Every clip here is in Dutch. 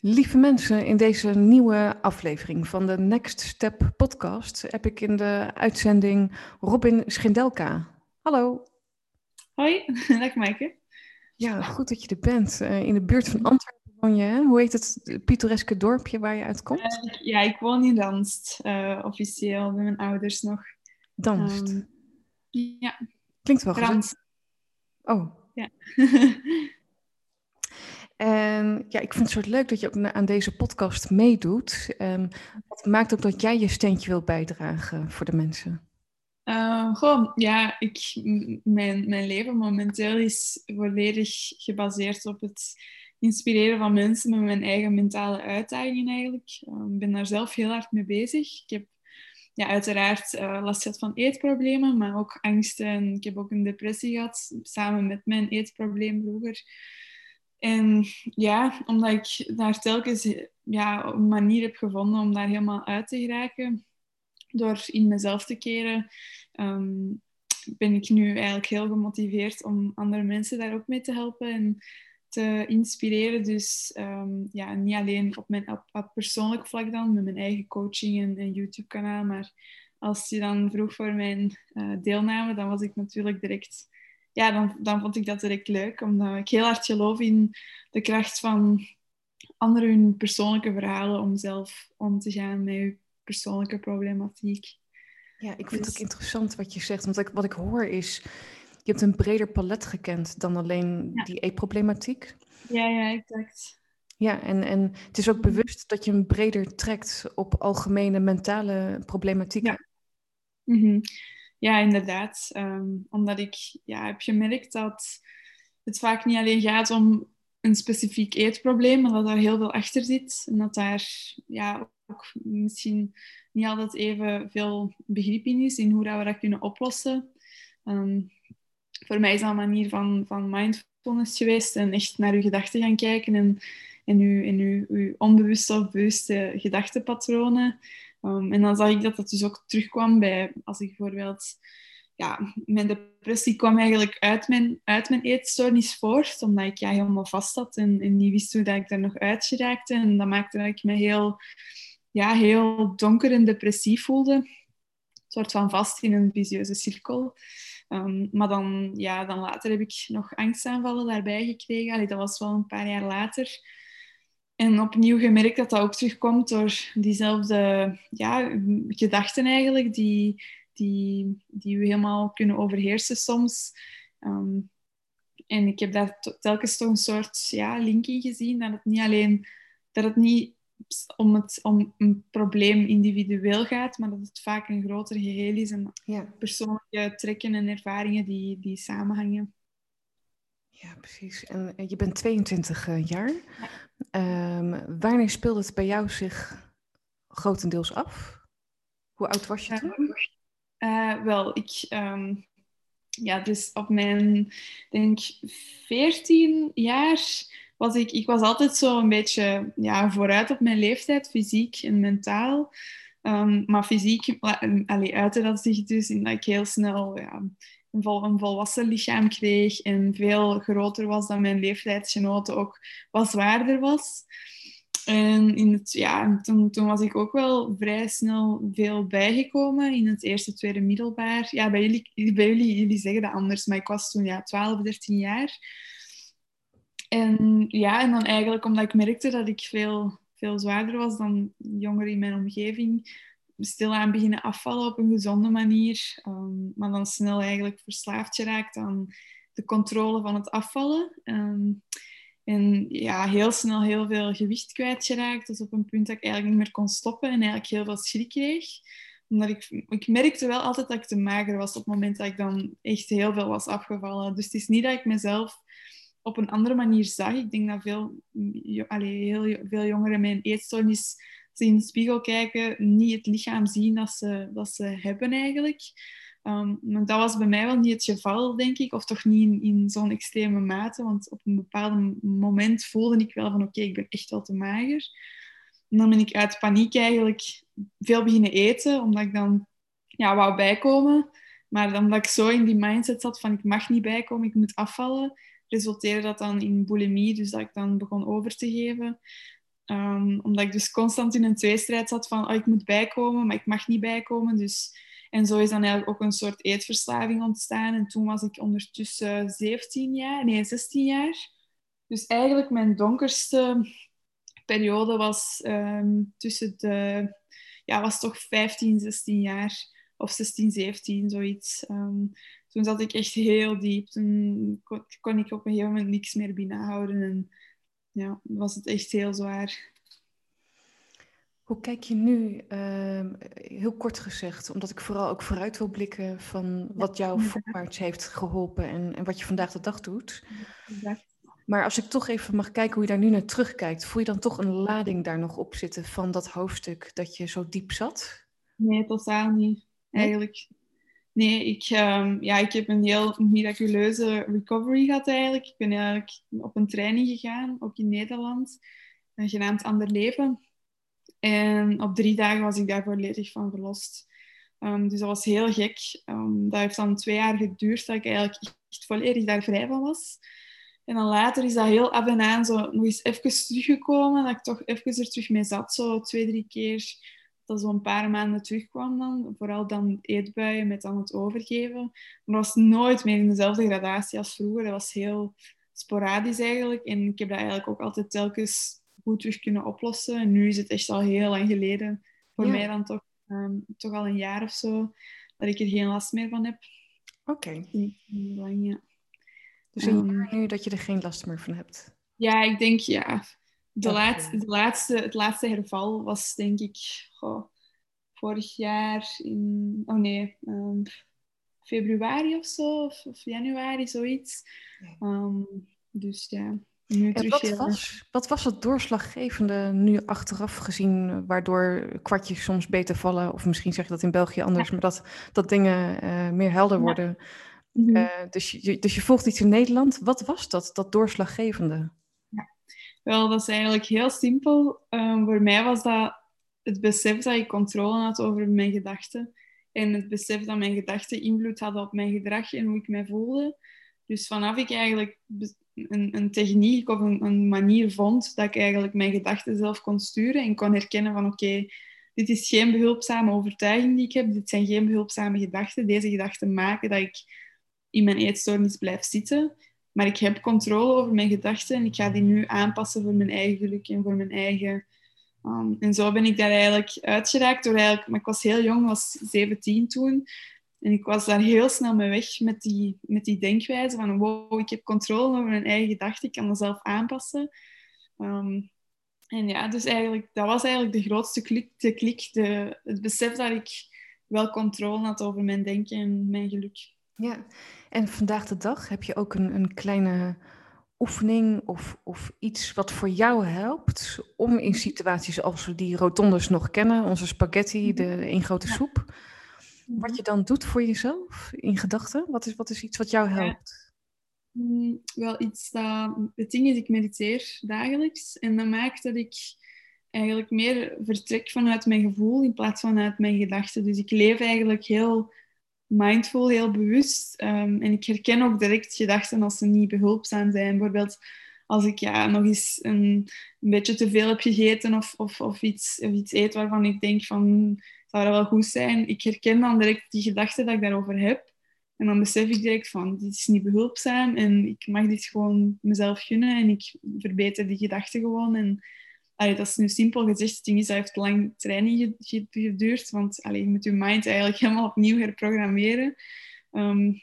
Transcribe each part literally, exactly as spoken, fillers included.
Lieve mensen, in deze nieuwe aflevering van de Next Step podcast heb ik in de uitzending Robin Schindelka. Hallo. Hoi, dag Maaike. Ja, goed dat je er bent. Uh, in de buurt van Antwerpen woon je, hè? Hoe heet het, het pittoreske dorpje waar je uitkomt? Uh, ja, ik woon in Danst, uh, officieel, met mijn ouders nog. Danst. Um, ja. Klinkt wel gezellig. Rans. Oh. Ja. En ja, ik vind het soort leuk dat je ook aan deze podcast meedoet. Um, wat maakt ook dat jij je steentje wil bijdragen voor de mensen? Uh, goh, ja, ik, mijn, mijn leven momenteel is volledig gebaseerd op het inspireren van mensen met mijn eigen mentale uitdagingen eigenlijk. Uh, ik ben daar zelf heel hard mee bezig. Ik heb ja, uiteraard uh, last gehad van eetproblemen, maar ook angsten. Ik heb ook een depressie gehad, samen met mijn eetprobleem vroeger. En ja, omdat ik daar telkens ja, een manier heb gevonden om daar helemaal uit te geraken, door in mezelf te keren, um, ben ik nu eigenlijk heel gemotiveerd om andere mensen daar ook mee te helpen en te inspireren. Dus um, ja, niet alleen op mijn op, op persoonlijk vlak dan, met mijn eigen coaching en, en YouTube-kanaal, maar als je dan vroeg voor mijn uh, deelname, dan was ik natuurlijk direct... Ja, dan, dan vond ik dat direct leuk, omdat ik heel hard geloof in de kracht van anderen hun persoonlijke verhalen om zelf om te gaan met je persoonlijke problematiek. Ja, ik vind dus... het ook interessant wat je zegt. Want ik, wat ik hoor is, je hebt een breder palet gekend dan alleen ja. die eetproblematiek. Ja, ja, exact. Ja, en, en het is ook bewust dat je hem breder trekt op algemene mentale problematieken. Ja, mm-hmm. Ja inderdaad. Um, omdat ik ja, heb gemerkt dat het vaak niet alleen gaat om een specifiek eetprobleem, maar dat daar heel veel achter zit. En dat daar ja, ook misschien niet altijd even veel begrip in is, in hoe dat we dat kunnen oplossen. Um, voor mij is dat een manier van, van mindfulness geweest en echt naar uw gedachten gaan kijken en, en, uw, en uw, uw onbewuste of bewuste gedachtenpatronen. Um, en dan zag ik dat dat dus ook terugkwam bij, als ik bijvoorbeeld... Ja, mijn depressie kwam eigenlijk uit mijn, uit mijn eetstoornis voort, omdat ik ja, helemaal vast zat en, en niet wist hoe dat ik daar nog uit geraakte. En dat maakte dat ik me heel, ja, heel donker en depressief voelde. Een soort van vast in een vicieuze cirkel. Um, maar dan, ja, dan later heb ik nog angstaanvallen daarbij gekregen. Allee, dat was wel een paar jaar later. En opnieuw gemerkt dat dat ook terugkomt door diezelfde ja, gedachten eigenlijk, die, die, die we helemaal kunnen overheersen soms. Um, en ik heb daar t- telkens toch een soort ja, link in gezien, dat het niet alleen dat het niet om, het, om een probleem individueel gaat, maar dat het vaak een groter geheel is en ja. persoonlijke trekken en ervaringen die, die samenhangen. Ja, precies. En je bent tweeëntwintig jaar. Ja. Um, wanneer speelde het bij jou zich grotendeels af? Hoe oud was je toen? Uh, uh, wel, ik... Um, ja, dus op mijn, denk veertien jaar was ik... Ik was altijd zo een beetje ja, vooruit op mijn leeftijd, fysiek en mentaal. Um, maar fysiek, allee, uitte dat zich dus in dat ik heel snel ja, een, vol, een volwassen lichaam kreeg en veel groter was dan mijn leeftijdsgenoten, ook wat zwaarder was. En in het, ja, toen, toen was ik ook wel vrij snel veel bijgekomen in het eerste, tweede middelbaar. Ja, bij jullie, bij jullie, jullie zeggen dat anders, maar ik was toen ja, twaalf, dertien jaar. En ja, en dan eigenlijk omdat ik merkte dat ik veel, veel zwaarder was dan jongeren in mijn omgeving, stilaan beginnen afvallen op een gezonde manier, um, maar dan snel eigenlijk verslaafd geraakt aan de controle van het afvallen. Um, En ja, heel snel heel veel gewicht kwijtgeraakt. Dus op een punt dat ik eigenlijk niet meer kon stoppen en eigenlijk heel veel schrik kreeg. Omdat ik, ik merkte wel altijd dat ik te mager was op het moment dat ik dan echt heel veel was afgevallen. Dus het is niet dat ik mezelf op een andere manier zag. Ik denk dat veel, allee, heel veel jongeren met een eetstoornis ze in de spiegel kijken, niet het lichaam zien dat ze, dat ze hebben eigenlijk. Um, maar dat was bij mij wel niet het geval, denk ik. Of toch niet in, in zo'n extreme mate. Want op een bepaald moment voelde ik wel van oké, okay, ik ben echt wel te mager. En dan ben ik uit paniek eigenlijk veel beginnen eten. Omdat ik dan ja, wou bijkomen. Maar omdat ik zo in die mindset zat van ik mag niet bijkomen, ik moet afvallen. Resulteerde dat dan in bulimie. Dus dat ik dan begon over te geven. Um, omdat ik dus constant in een tweestrijd zat van oh, ik moet bijkomen, maar ik mag niet bijkomen. Dus... En zo is dan eigenlijk ook een soort eetverslaving ontstaan. En toen was ik ondertussen zeventien jaar, nee, zestien jaar. Dus eigenlijk mijn donkerste periode was um, tussen de... Ja, was toch vijftien, zestien jaar. Of zestien, zeventien, zoiets. Um, toen zat ik echt heel diep. Toen kon, kon ik op een gegeven moment niks meer binnenhouden. En ja, was het echt heel zwaar. Hoe kijk je nu, uh, heel kort gezegd, omdat ik vooral ook vooruit wil blikken van wat jou Ja, voorwaarts heeft geholpen en, en wat je vandaag de dag doet. exact. Maar als ik toch even mag kijken hoe je daar nu naar terugkijkt, voel je dan toch een lading daar nog op zitten van dat hoofdstuk dat je zo diep zat? Nee, totaal niet. Eigenlijk. Nee, ik, um, ja, ik heb een heel miraculeuze recovery gehad eigenlijk. Ik ben eigenlijk op een training gegaan, ook in Nederland, genaamd Ander Leven. En op drie dagen was ik daar volledig van verlost. Um, dus dat was heel gek. Um, dat heeft dan twee jaar geduurd dat ik eigenlijk echt volledig daar vrij van was. En dan later is dat heel af en aan zo nog eens even teruggekomen. Dat ik toch even er terug mee zat, zo twee, drie keer. Dat zo een paar maanden terugkwam dan. Vooral dan eetbuien met dan het overgeven. Maar dat was nooit meer in dezelfde gradatie als vroeger. Dat was heel sporadisch eigenlijk. En ik heb dat eigenlijk ook altijd telkens goed terug kunnen oplossen. En nu is het echt al heel lang geleden. Voor Ja. mij dan toch, um, toch al een jaar of zo. Dat ik er geen last meer van heb. Oké. Okay. Lang, ja. Dus een um, jaar nu dat je er geen last meer van hebt? Ja, ik denk ja. De laatste, de laatste, het laatste herval was denk ik goh, vorig jaar in... Oh nee, um, februari of zo. Of, of januari, zoiets. Um, dus ja... Nu en wat was, wat was het doorslaggevende nu achteraf gezien, waardoor kwartjes soms beter vallen? Of misschien zeg je dat in België anders, ja. maar dat, dat dingen uh, meer helder ja. worden. Mm-hmm. Uh, dus, je, dus je volgt iets in Nederland. Wat was dat, dat doorslaggevende? Ja. Wel, dat is eigenlijk heel simpel. Um, voor mij was dat het besef dat ik controle had over mijn gedachten. En het besef dat mijn gedachten invloed hadden op mijn gedrag en hoe ik mij voelde. Dus vanaf ik eigenlijk een, een techniek of een, een manier vond dat ik eigenlijk mijn gedachten zelf kon sturen en kon herkennen van oké, okay, dit is geen behulpzame overtuiging die ik heb, dit zijn geen behulpzame gedachten. Deze gedachten maken dat ik in mijn eetstoornis blijf zitten. Maar ik heb controle over mijn gedachten en ik ga die nu aanpassen voor mijn eigen geluk en voor mijn eigen... Um, en zo ben ik daar eigenlijk uitgeraakt door eigenlijk... Maar ik was heel jong, was zeventien toen. En ik was daar heel snel mee weg met die, met die denkwijze van wow, ik heb controle over mijn eigen gedachten, ik kan mezelf aanpassen. Um, en ja, dus eigenlijk, dat was eigenlijk de grootste klik, de klik de, het besef dat ik wel controle had over mijn denken en mijn geluk. Ja, en vandaag de dag heb je ook een, een kleine oefening of, of iets wat voor jou helpt om in situaties als we die rotondes nog kennen, onze spaghetti, de één grote ja. soep, wat je dan doet voor jezelf in gedachten? Wat is, wat is iets wat jou helpt? Ja. Mm, wel iets dat... Het ding is, ik mediteer dagelijks en dat maakt dat ik eigenlijk meer vertrek vanuit mijn gevoel in plaats van vanuit mijn gedachten. Dus ik leef eigenlijk heel mindful, heel bewust. Um, en ik herken ook direct gedachten als ze niet behulpzaam zijn. Bijvoorbeeld als ik ja, nog eens een, een beetje te veel heb gegeten of, of, of, iets, of iets eet waarvan ik denk van, zou dat wel goed zijn? Ik herken dan direct die gedachten dat ik daarover heb. En dan besef ik direct van, dit is niet behulpzaam en ik mag dit gewoon mezelf gunnen en ik verbeter die gedachten gewoon. En allee, dat is nu simpel gezegd. Het ding is, dat heeft lang training geduurd, want allee, je moet je mind eigenlijk helemaal opnieuw herprogrammeren. Um,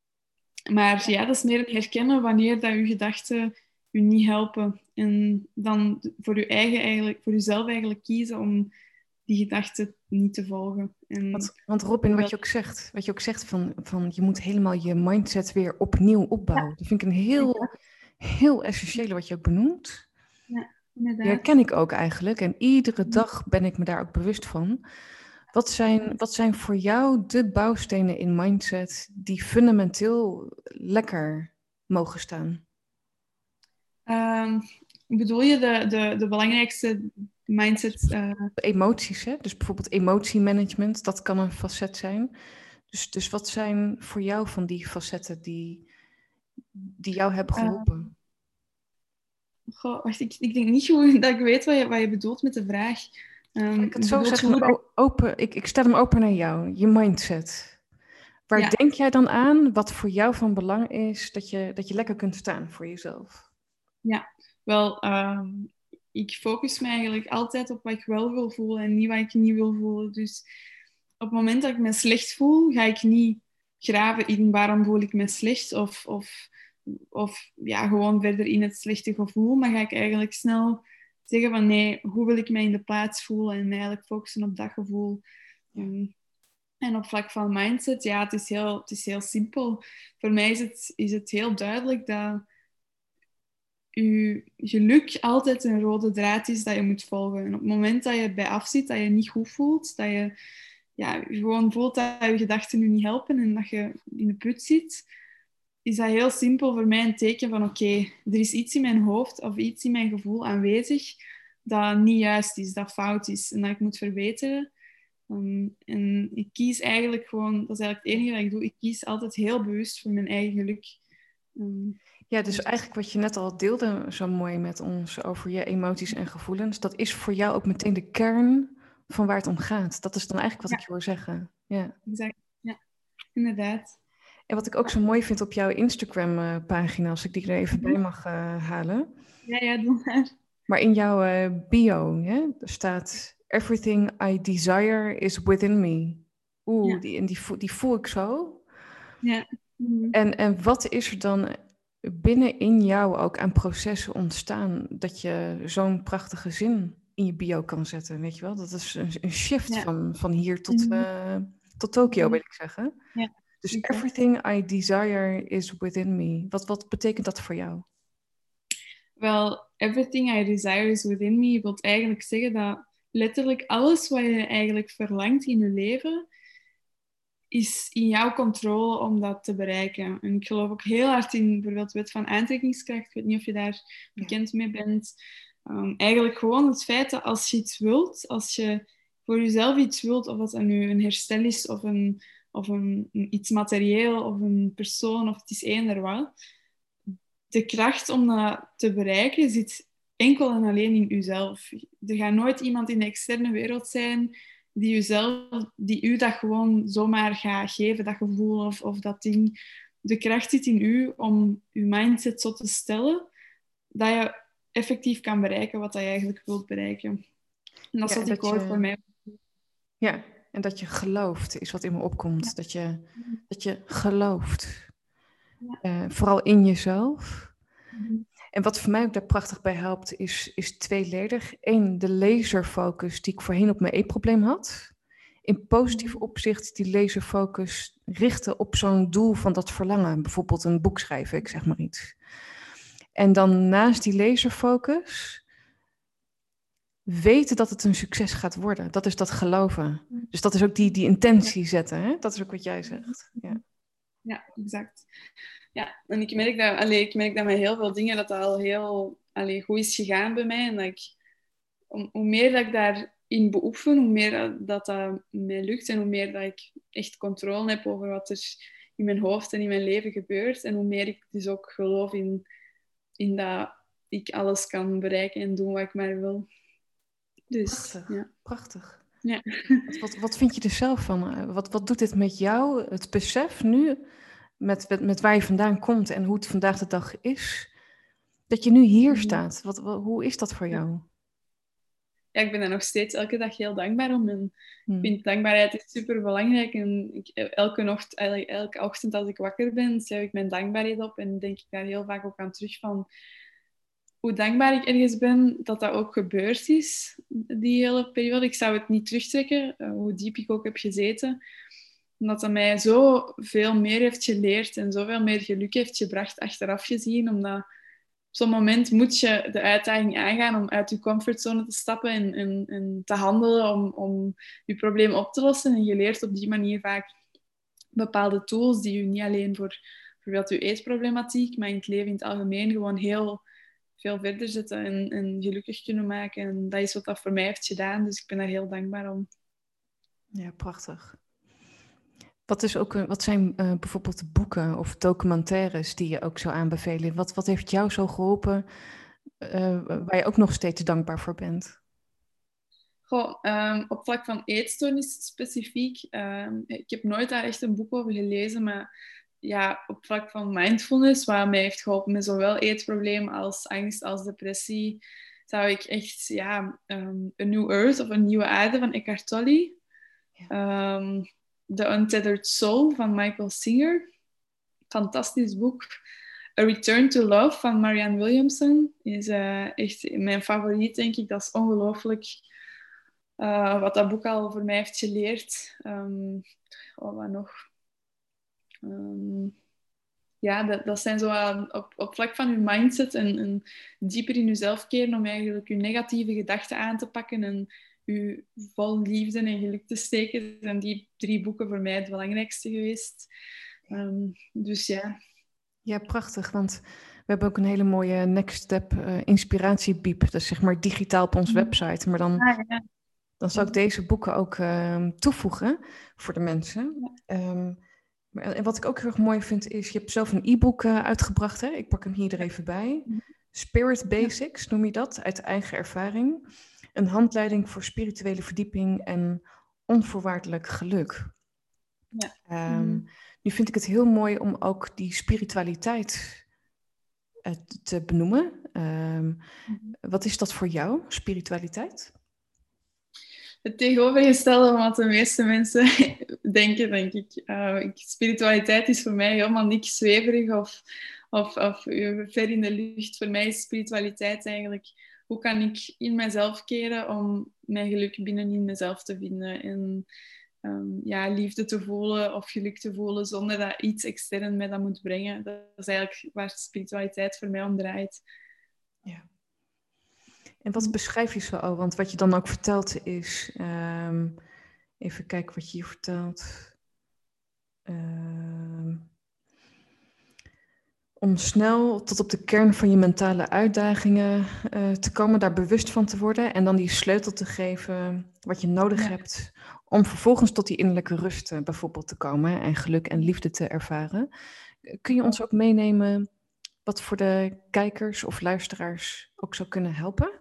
maar ja, dat is meer het herkennen wanneer dat je gedachten je niet helpen. En dan voor je eigen eigenlijk, voor jezelf eigenlijk kiezen om die gedachten niet te volgen. En want, want Robin, wat je ook zegt, wat je ook zegt van, van je moet helemaal je mindset weer opnieuw opbouwen. Ja. Dat vind ik een heel, heel essentiële wat je ook benoemt. Ja, inderdaad. Die herken ik ook eigenlijk. En iedere dag ben ik me daar ook bewust van. Wat zijn, wat zijn voor jou de bouwstenen in mindset die fundamenteel lekker mogen staan? Um, bedoel je de, de, de belangrijkste mindset? Uh... Emoties, hè? Dus bijvoorbeeld emotiemanagement, dat kan een facet zijn. Dus, dus wat zijn voor jou van die facetten die, die jou hebben geholpen? Goh, wacht, ik, ik denk niet goed dat ik weet wat je, wat je bedoelt met de vraag. Um, Ik het zo bedoelt je zeggen, hoe dat... open, ik, ik stel hem open naar jou, je mindset. Waar Ja, denk jij dan aan wat voor jou van belang is dat je, dat je lekker kunt staan voor jezelf? ja. Wel, um, ik focus me eigenlijk altijd op wat ik wel wil voelen en niet wat ik niet wil voelen. Dus op het moment dat ik me slecht voel, ga ik niet graven in waarom voel ik me slecht of, of, of ja, gewoon verder in het slechte gevoel. Maar ga ik eigenlijk snel zeggen van nee, hoe wil ik mij in de plaats voelen en mij eigenlijk focussen op dat gevoel. Ja. Um, en op vlak van mindset, ja, het is heel, het is heel simpel. Voor mij is het, is het heel duidelijk dat je geluk altijd een rode draad is dat je moet volgen. En op het moment dat je bij afziet, dat je niet goed voelt, dat je ja, gewoon voelt dat je gedachten je niet helpen en dat je in de put zit, is dat heel simpel voor mij een teken van oké, okay, er is iets in mijn hoofd of iets in mijn gevoel aanwezig dat niet juist is, dat fout is en dat ik moet verbeteren. Um, en ik kies eigenlijk gewoon, dat is eigenlijk het enige wat ik doe, ik kies altijd heel bewust voor mijn eigen geluk. Um, Ja, dus eigenlijk wat je net al deelde zo mooi met ons over je emoties en gevoelens, dat is voor jou ook meteen de kern van waar het om gaat. Dat is dan eigenlijk wat ja, ik je hoor zeggen. Ja, exact. Ja, inderdaad. en wat ik ook zo mooi vind op jouw Instagram-pagina, als ik die er even bij Mhm. mag uh, halen. Ja, ja, doe maar. Maar in jouw uh, bio, hè, er staat: Everything I desire is within me. Oeh, Ja, die, en die, voel, die voel ik zo. ja. Mhm. En, en wat is er dan binnen in jou ook aan processen ontstaan dat je zo'n prachtige zin in je bio kan zetten, weet je wel? Dat is een, een shift Ja. van, van hier tot, Mhm. uh, tot Tokio, Mhm. wil ik zeggen. Ja, Dus exact. everything I desire is within me. Wat, wat betekent dat voor jou? Wel, everything I desire is within me wil eigenlijk zeggen dat letterlijk alles wat je eigenlijk verlangt in je leven is in jouw controle om dat te bereiken. En ik geloof ook heel hard in bijvoorbeeld de wet van aantrekkingskracht. Ik weet niet of je daar bekend mee bent. Um, eigenlijk gewoon het feit dat als je iets wilt, als je voor jezelf iets wilt, of dat nu een herstel is of, een, of een, iets materieel of een persoon of het is eender wat, de kracht om dat te bereiken zit enkel en alleen in jezelf. Er gaat nooit iemand in de externe wereld zijn die, jezelf, die u dat gewoon zomaar gaat geven, dat gevoel of, of dat ding. De kracht zit in u om je mindset zo te stellen dat je effectief kan bereiken wat je eigenlijk wilt bereiken. En dat is Ja, wat en ik dat hoor voor je, mij. ja, en dat je gelooft is wat in me opkomt. Ja. Dat je, dat je gelooft. Ja. Uh, vooral in jezelf. Mm-hmm. En wat voor mij ook daar prachtig bij helpt, is, is tweeledig. Eén, de laserfocus die ik voorheen op mijn eetprobleem had. In positief opzicht die laserfocus richten op zo'n doel van dat verlangen. Bijvoorbeeld een boek schrijven, ik zeg maar iets. En dan naast die laserfocus weten dat het een succes gaat worden. Dat is dat geloven. Dus dat is ook die, die intentie zetten. Hè? Dat is ook wat jij zegt. Ja, ja, exact. Ja, en ik merk dat, allee, ik merk dat met heel veel dingen dat dat al heel allee, goed is gegaan bij mij. En dat ik, om, hoe meer dat ik daarin beoefen, hoe meer dat, dat dat mij lukt en hoe meer dat ik echt controle heb over wat er in mijn hoofd en in mijn leven gebeurt. En hoe meer ik dus ook geloof in, in dat ik alles kan bereiken en doen wat ik maar wil. Dus, prachtig. Ja. Prachtig. Ja. Wat, wat, wat vind je er zelf van? Wat, wat doet dit met jou, het besef nu, met, met, met waar je vandaan komt en hoe het vandaag de dag is, dat je nu hier staat? Wat, wat, hoe is dat voor jou? Ja, ik ben daar nog steeds elke dag heel dankbaar om. En Hmm. ik vind dankbaarheid is super belangrijk. En ik, elke, ochtend, eigenlijk, elke ochtend als ik wakker ben, schrijf ik mijn dankbaarheid op. En denk ik daar heel vaak ook aan terug van hoe dankbaar ik ergens ben dat dat ook gebeurd is, die hele periode. Ik zou het niet terugtrekken, uh, hoe diep ik ook heb gezeten. Omdat dat mij zoveel meer heeft geleerd en zoveel meer geluk heeft gebracht achteraf gezien. Omdat op zo'n moment moet je de uitdaging aangaan om uit je comfortzone te stappen en, en, en te handelen om, om je probleem op te lossen. En je leert op die manier vaak bepaalde tools die je niet alleen voor bijvoorbeeld je eetproblematiek, maar in het leven in het algemeen gewoon heel veel verder zetten en, en gelukkig kunnen maken. En dat is wat dat voor mij heeft gedaan, dus ik ben daar heel dankbaar om. Ja, prachtig. Wat, is ook, wat zijn uh, bijvoorbeeld boeken of documentaires die je ook zou aanbevelen? Wat, wat heeft jou zo geholpen uh, waar je ook nog steeds dankbaar voor bent? Goh, um, op vlak van eetstoornis specifiek, um, ik heb nooit daar echt een boek over gelezen, maar ja, op vlak van mindfulness, wat mij heeft geholpen met zowel eetproblemen als angst als depressie, zou ik echt ja, um, A New Earth of Een Nieuwe Aarde van Eckhart Tolle, ja. um, The Untethered Soul van Michael Singer, fantastisch boek. A Return to Love van Marianne Williamson is uh, echt mijn favoriet, denk ik. Dat is ongelooflijk uh, wat dat boek al voor mij heeft geleerd. Um, oh, wat nog? Um, ja, dat, dat zijn zo uh, op, op vlak van je mindset en, en dieper in jezelf keren om eigenlijk je negatieve gedachten aan te pakken en je vol liefde en geluk te steken. Zijn die drie boeken voor mij het belangrijkste geweest. Um, dus ja. Ja, prachtig, want we hebben ook een hele mooie Next Step uh, inspiratiebiep. Dat is zeg maar digitaal op onze website. Maar dan, ah, ja. dan zal ik deze boeken ook uh, toevoegen voor de mensen. Ja. Um, maar, en wat ik ook heel erg mooi vind is, je hebt zelf een e-book uh, uitgebracht. Hè? Ik pak hem hier er even bij. Spirit Basics noem je dat, uit eigen ervaring. Een handleiding voor spirituele verdieping en onvoorwaardelijk geluk. Ja. Um, mm. Nu vind ik het heel mooi om ook die spiritualiteit uh, te benoemen. Um, mm. Wat is dat voor jou, spiritualiteit? Het tegenovergestelde van wat de meeste mensen denken, denk ik. Uh, spiritualiteit is voor mij helemaal niks zweverig of, of, of ver in de lucht. Voor mij is spiritualiteit eigenlijk, hoe kan ik in mezelf keren om mijn geluk binnenin mezelf te vinden. En um, ja, liefde te voelen of geluk te voelen zonder dat iets extern mij dat moet brengen. Dat is eigenlijk waar spiritualiteit voor mij om draait. Ja. En wat beschrijf je zo al? Want wat je dan ook vertelt is... Um, even kijken wat je hier vertelt. Um, om snel tot op de kern van je mentale uitdagingen uh, te komen, daar bewust van te worden. En dan die sleutel te geven wat je nodig ja. hebt... om vervolgens tot die innerlijke rust uh, bijvoorbeeld te komen... en geluk en liefde te ervaren. Kun je ons ook meenemen wat voor de kijkers of luisteraars ook zou kunnen helpen?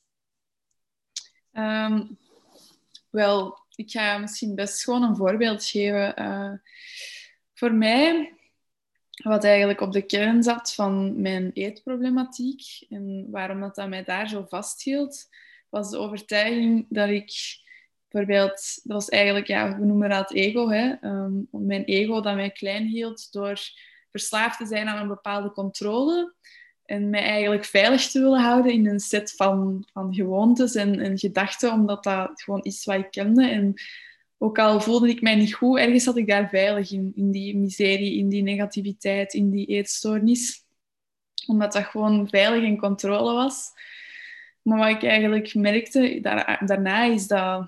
Um, wel, ik ga misschien best gewoon een voorbeeld geven. Uh, voor mij, wat eigenlijk op de kern zat van mijn eetproblematiek en waarom dat, dat mij daar zo vasthield, was de overtuiging dat ik bijvoorbeeld, dat was eigenlijk, ja, we noemen dat ego, hè? Um, mijn ego dat mij klein hield door verslaafd te zijn aan een bepaalde controle. En mij eigenlijk veilig te willen houden in een set van, van gewoontes en, en gedachten, omdat dat gewoon is wat ik kende. En ook al voelde ik mij niet goed, ergens zat ik daar veilig in. In die miserie, in die negativiteit, in die eetstoornis. Omdat dat gewoon veilig en controle was. Maar wat ik eigenlijk merkte daar, daarna is dat,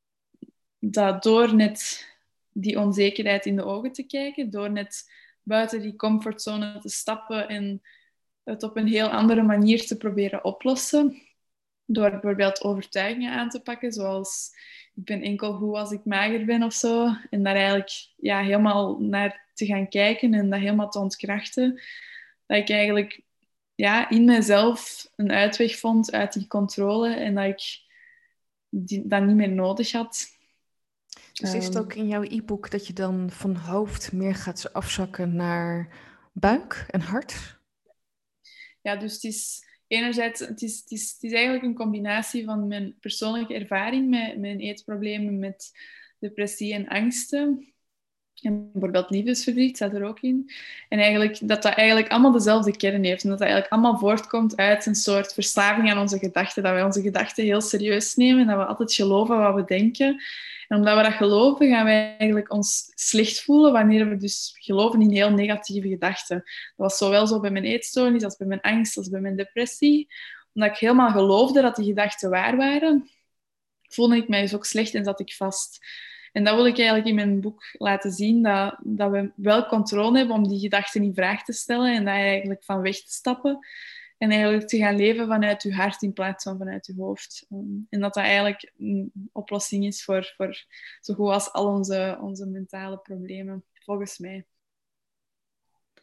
dat door net die onzekerheid in de ogen te kijken, door net buiten die comfortzone te stappen en het op een heel andere manier te proberen oplossen. Door bijvoorbeeld overtuigingen aan te pakken, zoals ik ben enkel goed als ik mager ben of zo. En daar eigenlijk ja, helemaal naar te gaan kijken en dat helemaal te ontkrachten. Dat ik eigenlijk ja, in mezelf een uitweg vond uit die controle en dat ik die, dat niet meer nodig had. Dus is het ook in jouw e-book dat je dan van hoofd meer gaat afzakken naar buik en hart? Ja, dus het is enerzijds, het is, het is, het is eigenlijk een combinatie van mijn persoonlijke ervaring met mijn eetproblemen, met depressie en angsten. En bijvoorbeeld liefdesverdriet staat er ook in. En eigenlijk, dat dat eigenlijk allemaal dezelfde kern heeft. En dat dat eigenlijk allemaal voortkomt uit een soort verslaving aan onze gedachten. Dat wij onze gedachten heel serieus nemen. En dat we altijd geloven wat we denken. En omdat we dat geloven, gaan wij eigenlijk ons slecht voelen wanneer we dus geloven in heel negatieve gedachten. Dat was zowel zo bij mijn eetstoornis, als bij mijn angst, als bij mijn depressie. Omdat ik helemaal geloofde dat die gedachten waar waren, voelde ik mij dus ook slecht en zat ik vast. En dat wil ik eigenlijk in mijn boek laten zien, dat, dat we wel controle hebben om die gedachten in vraag te stellen en daar eigenlijk van weg te stappen. En eigenlijk te gaan leven vanuit je hart in plaats van vanuit je hoofd. Um, en dat dat eigenlijk een oplossing is voor, voor zo goed als al onze, onze mentale problemen, volgens mij.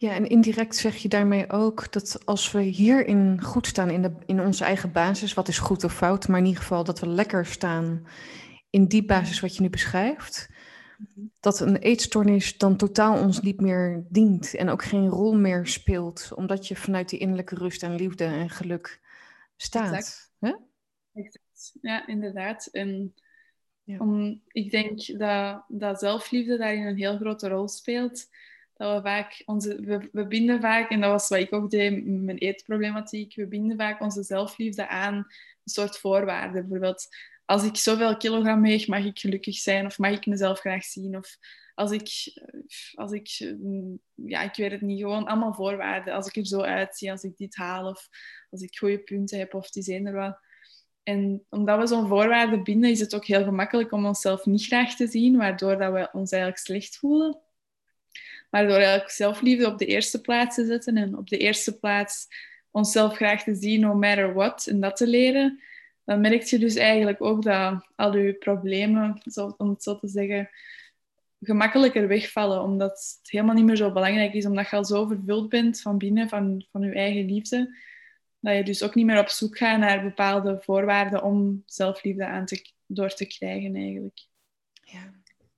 Ja, en indirect zeg je daarmee ook dat als we hierin goed staan in, de, in onze eigen basis, wat is goed of fout, maar in ieder geval dat we lekker staan in die basis wat je nu beschrijft, dat een eetstoornis dan totaal ons niet meer dient en ook geen rol meer speelt, omdat je vanuit die innerlijke rust en liefde en geluk Exact. staat. Hè? Exact. Ja, inderdaad. En Ja. om, ik denk dat, dat zelfliefde daarin een heel grote rol speelt. Dat we vaak onze, we, we binden vaak, en dat was wat ik ook deed met mijn eetproblematiek, we binden vaak onze zelfliefde aan een soort voorwaarden. Bijvoorbeeld, als ik zoveel kilogram weeg, mag ik gelukkig zijn, of mag ik mezelf graag zien, of als ik, als ik, ja, ik weet het niet, gewoon allemaal voorwaarden. Als ik er zo uitzie, als ik dit haal, of als ik goede punten heb, of die zijn er wel. En omdat we zo'n voorwaarden binden, is het ook heel gemakkelijk om onszelf niet graag te zien, waardoor dat we ons eigenlijk slecht voelen. Maar door eigenlijk zelfliefde op de eerste plaats te zetten en op de eerste plaats onszelf graag te zien, no matter what, en dat te leren, dan merk je dus eigenlijk ook dat al je problemen, om het zo te zeggen, gemakkelijker wegvallen, omdat het helemaal niet meer zo belangrijk is, omdat je al zo vervuld bent van binnen, van, van je eigen liefde, dat je dus ook niet meer op zoek gaat naar bepaalde voorwaarden om zelfliefde aan te, door te krijgen eigenlijk. Ja.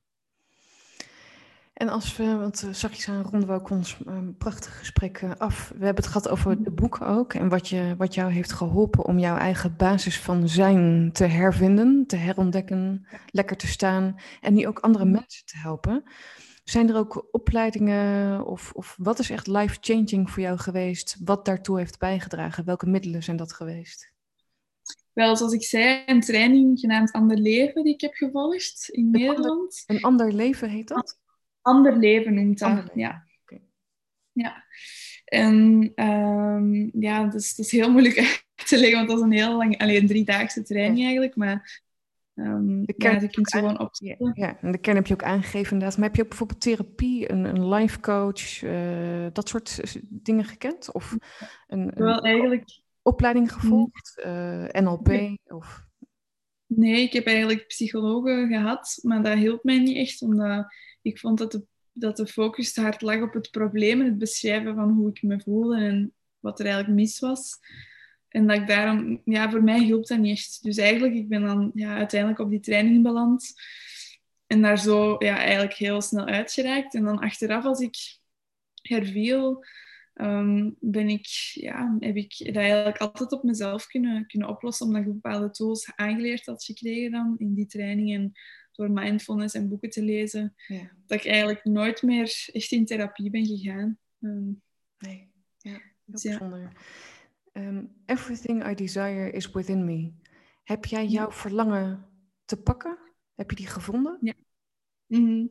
En als we, want uh, zachtjes aan ronden we ook ons uh, prachtige gesprek uh, af. We hebben het gehad over het boek ook en wat, je, wat jou heeft geholpen om jouw eigen basis van zijn te hervinden, te herontdekken, ja. lekker te staan en nu ook andere mensen te helpen. Zijn er ook opleidingen of, of wat is echt life-changing voor jou geweest, wat daartoe heeft bijgedragen? Welke middelen zijn dat geweest? Wel, zoals ik zei, een training genaamd Ander Leven die ik heb gevolgd in een Nederland. Ander, een ander leven heet dat? Ander Leven noemt dat, ander leven. ja. Okay. Ja. En um, ja, dat is, dat is heel moeilijk uit te leggen, want dat is een heel lang, alleen een driedaagse training ja. eigenlijk, maar um, de kern ja, je kunt ze gewoon opzetten. Ja, ja, en de kern heb je ook aangegeven inderdaad. Maar heb je ook bijvoorbeeld therapie, een, een life coach, uh, dat soort dingen gekend? Of een, een Wel, eigenlijk... opleiding gevolgd, uh, N L P? Of... Nee, ik heb eigenlijk psychologen gehad, maar dat hielp mij niet echt, omdat ik vond dat de, dat de focus te hard lag op het probleem en het beschrijven van hoe ik me voelde en wat er eigenlijk mis was. En dat ik daarom, ja, voor mij hielp dat niet echt. Dus eigenlijk, ik ben dan ja, uiteindelijk op die training beland en daar zo ja, eigenlijk heel snel uitgeraakt. En dan achteraf, als ik herviel, um, ben ik, ja, heb ik dat eigenlijk altijd op mezelf kunnen, kunnen oplossen, omdat ik bepaalde tools aangeleerd had gekregen dan in die training en door mindfulness en boeken te lezen, ja. dat ik eigenlijk nooit meer echt in therapie ben gegaan. Um, nee, ja, heel dus, bijzonder. Ja. Um, everything I desire is within me. Heb jij jouw ja. verlangen te pakken? Heb je die gevonden? Ja. Mm-hmm.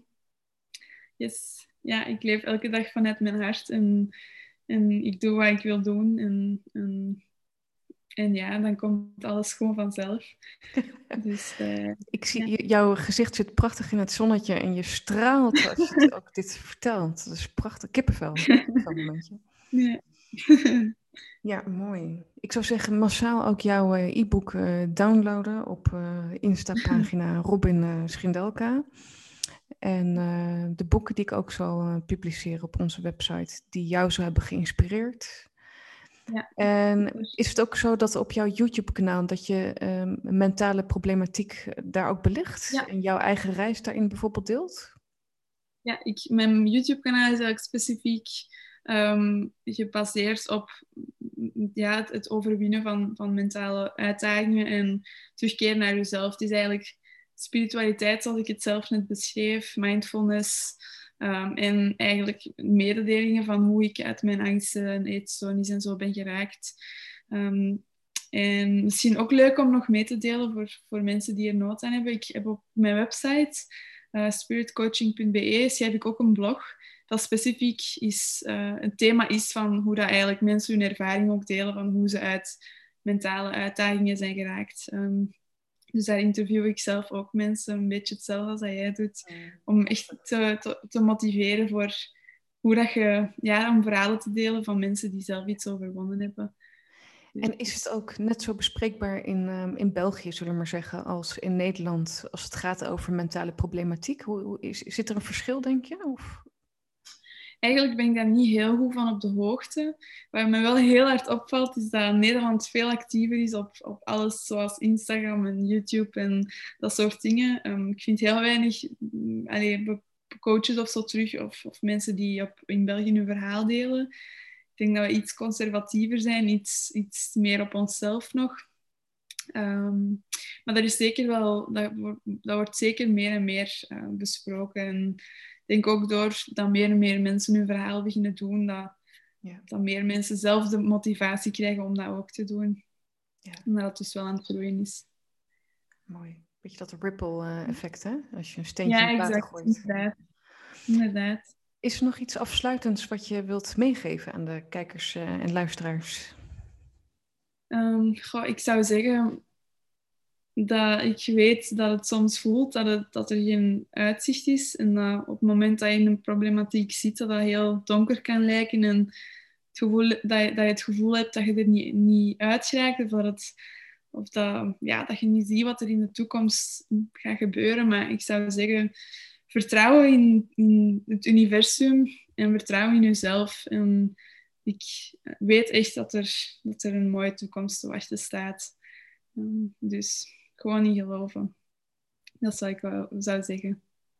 Yes. Ja, ik leef elke dag vanuit mijn hart en, en ik doe wat ik wil doen. En, en, en ja, dan komt alles gewoon vanzelf. Dus, uh, ik zie, ja. jouw gezicht zit prachtig in het zonnetje en je straalt als je het ook dit vertelt. Dat is prachtig. Kippenvel. Kippenvel momentje. Ja. Ja, mooi. Ik zou zeggen massaal ook jouw uh, e-book uh, downloaden op uh, Insta-pagina Robin uh, Schindelka. En uh, de boeken die ik ook zal uh, publiceren op onze website, die jou zo hebben geïnspireerd. Ja. En is het ook zo dat op jouw YouTube-kanaal dat je uh, mentale problematiek daar ook belicht? Ja. En jouw eigen reis daarin bijvoorbeeld deelt? Ja, ik, mijn YouTube-kanaal is eigenlijk specifiek um, gebaseerd op ja, het, het overwinnen van, van mentale uitdagingen en terugkeren naar jezelf. Het is eigenlijk spiritualiteit, zoals ik het zelf net beschreef, mindfulness um, en eigenlijk mededelingen van hoe ik uit mijn angsten en eetstoornis en zo ben geraakt. Um, en misschien ook leuk om nog mee te delen voor, voor mensen die er nood aan hebben. Ik heb op mijn website uh, spirit coaching punt b e schrijf ik ook een blog dat specifiek is, uh, een thema is van hoe dat eigenlijk mensen hun ervaring ook delen van hoe ze uit mentale uitdagingen zijn geraakt. Um, Dus daar interview ik zelf ook mensen, een beetje hetzelfde als dat jij doet, om echt te, te, te motiveren voor hoe dat je, ja, om verhalen te delen van mensen die zelf iets overwonnen hebben. Dus. En is het ook net zo bespreekbaar in, um, in België, zullen we maar zeggen, als in Nederland, als het gaat over mentale problematiek? Hoe, hoe is, zit er een verschil, denk je? Of? eigenlijk ben ik daar niet heel goed van op de hoogte. Wat me wel heel hard opvalt, is dat Nederland veel actiever is op, op alles zoals Instagram en YouTube en dat soort dingen. Um, ik vind heel weinig mm, allee, coaches of zo terug, of, of mensen die op, in België hun verhaal delen. Ik denk dat we iets conservatiever zijn, iets, iets meer op onszelf nog. Um, maar dat is zeker wel, dat, wordt, dat wordt zeker meer en meer uh, besproken. En ik denk ook door dat meer en meer mensen hun verhaal beginnen doen, dat, ja. dat meer mensen zelf de motivatie krijgen om dat ook te doen. Ja. En dat het dus wel aan het groeien is. Mooi. Beetje dat ripple-effect, hè? Als je een steentje ja, in het water exact, gooit. inderdaad. inderdaad. Is er nog iets afsluitends wat je wilt meegeven aan de kijkers uh, en luisteraars? Um, goh, ik zou zeggen dat ik weet dat het soms voelt dat, het, dat er geen uitzicht is. En dat op het moment dat je in een problematiek zit, dat dat heel donker kan lijken. En het gevoel, dat, je, dat je het gevoel hebt dat je er niet, niet uit geraakt. Of, dat, het, of dat, ja, dat je niet ziet wat er in de toekomst gaat gebeuren. Maar ik zou zeggen, vertrouwen in, in het universum en vertrouwen in jezelf. En ik weet echt dat er, dat er een mooie toekomst te wachten staat. Um, dus gewoon niet geloven. Dat zou ik wel zou zeggen.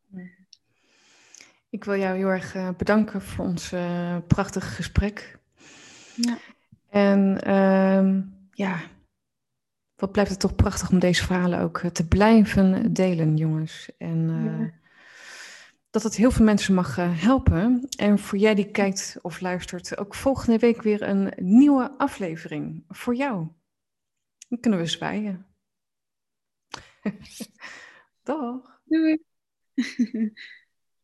Ik wil jou heel erg uh, bedanken voor ons uh, prachtige gesprek. Ja. En uh, ja, wat blijft het toch prachtig om deze verhalen ook uh, te blijven delen, jongens. En uh, ja. dat het heel veel mensen mag uh, helpen. En voor jij die kijkt of luistert, ook volgende week weer een nieuwe aflevering voor jou. Dan kunnen we zwaaien. Dag. Doei.